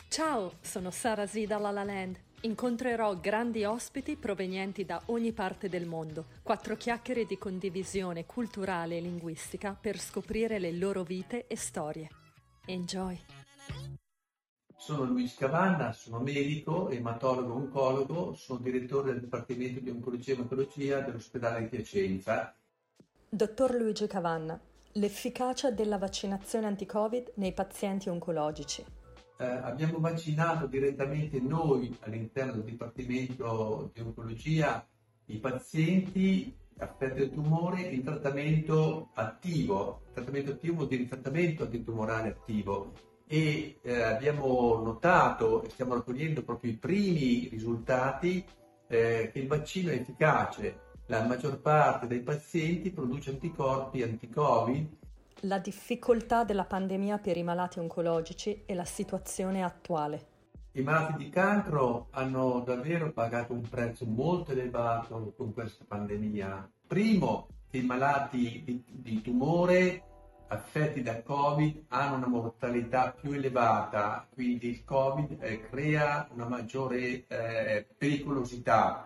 Ciao, sono Sara Z da La La Land. Incontrerò grandi ospiti provenienti da ogni parte del mondo. 4 chiacchiere di condivisione culturale e linguistica per scoprire le loro vite e storie. Enjoy! Sono Luigi Cavanna, sono medico, ematologo-oncologo, sono direttore del Dipartimento di Oncologia e Ematologia dell'ospedale di Piacenza. Dottor Luigi Cavanna, l'efficacia della vaccinazione anti-Covid nei pazienti oncologici. Abbiamo vaccinato direttamente noi all'interno del Dipartimento di Oncologia i pazienti affetti da tumore in trattamento attivo. Trattamento attivo vuol dire trattamento antitumorale attivo. E abbiamo notato e stiamo raccogliendo proprio i primi risultati che il vaccino è efficace. La maggior parte dei pazienti produce anticorpi anti-Covid. La difficoltà della pandemia per i malati oncologici e la situazione attuale. I malati di cancro hanno davvero pagato un prezzo molto elevato con questa pandemia. Primo, che i malati di tumore affetti da Covid hanno una mortalità più elevata, quindi il Covid crea una maggiore pericolosità.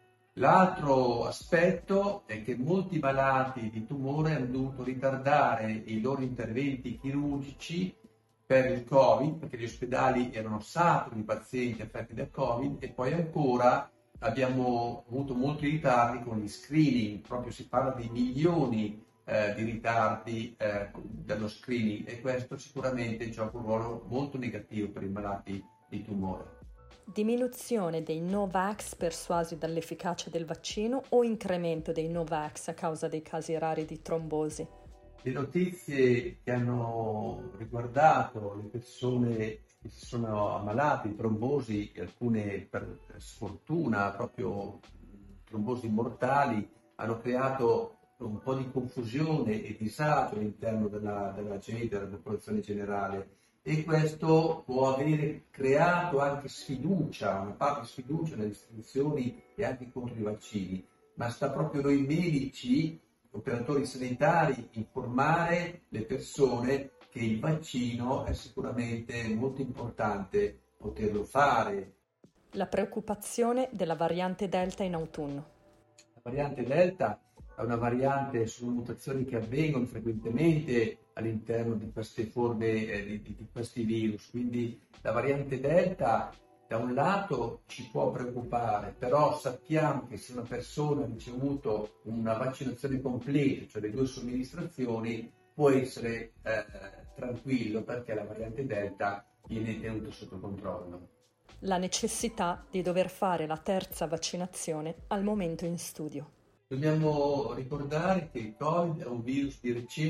L'altro aspetto è che molti malati di tumore hanno dovuto ritardare i loro interventi chirurgici per il Covid, perché gli ospedali erano saturi di pazienti affetti da Covid, e poi ancora abbiamo avuto molti ritardi con gli screening, proprio si parla di milioni di ritardi dello screening, e questo sicuramente gioca un ruolo molto negativo per i malati di tumore. Diminuzione dei Novax persuasi dall'efficacia del vaccino o incremento dei Novax a causa dei casi rari di trombosi? Le notizie che hanno riguardato le persone che si sono ammalate di trombosi, alcune per sfortuna proprio trombosi mortali, hanno creato un po' di confusione e disagio all'interno della gente, della popolazione generale, e questo può avere creato anche sfiducia, una parte di sfiducia nelle istituzioni e anche contro i vaccini, ma sta proprio noi medici, operatori sanitari, informare le persone che il vaccino è sicuramente molto importante poterlo fare. La preoccupazione della variante Delta in autunno. La variante Delta è una variante, sono mutazioni che avvengono frequentemente all'interno di queste forme di questi virus, quindi la variante Delta da un lato ci può preoccupare, però sappiamo che se una persona ha ricevuto una vaccinazione completa, cioè le 2 somministrazioni, può essere tranquillo, perché la variante Delta viene tenuta sotto controllo. La necessità di dover fare la terza vaccinazione al momento in studio. Dobbiamo ricordare che il Covid è un virus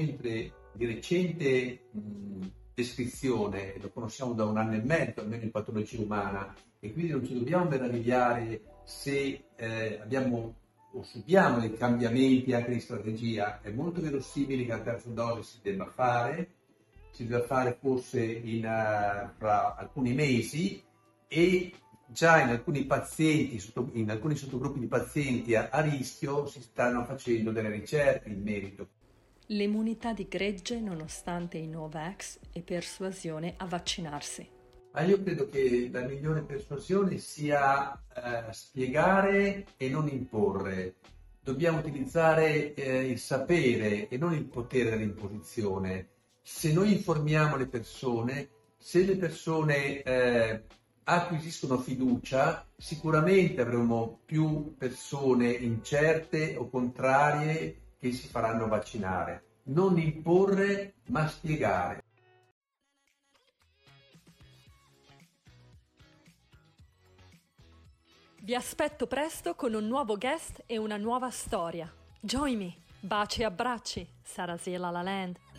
di recente descrizione, lo conosciamo da 1 anno e mezzo, almeno in patologia umana, e quindi non ci dobbiamo meravigliare se abbiamo o subiamo dei cambiamenti anche di strategia. È molto verosimile che la terza dose si debba fare forse fra alcuni mesi, e già in alcuni pazienti, in alcuni sottogruppi di pazienti a rischio, si stanno facendo delle ricerche in merito. L'immunità di gregge nonostante i Novax e persuasione a vaccinarsi. Ma io credo che la migliore persuasione sia spiegare e non imporre. Dobbiamo utilizzare il sapere e non il potere dell'imposizione. Se noi informiamo le persone, se le persone acquisiscono fiducia, sicuramente avremo più persone incerte o contrarie che si faranno vaccinare. Non imporre, ma spiegare. Vi aspetto presto con un nuovo guest e una nuova storia. Join me! Baci e abbracci, Sara Z La La Land.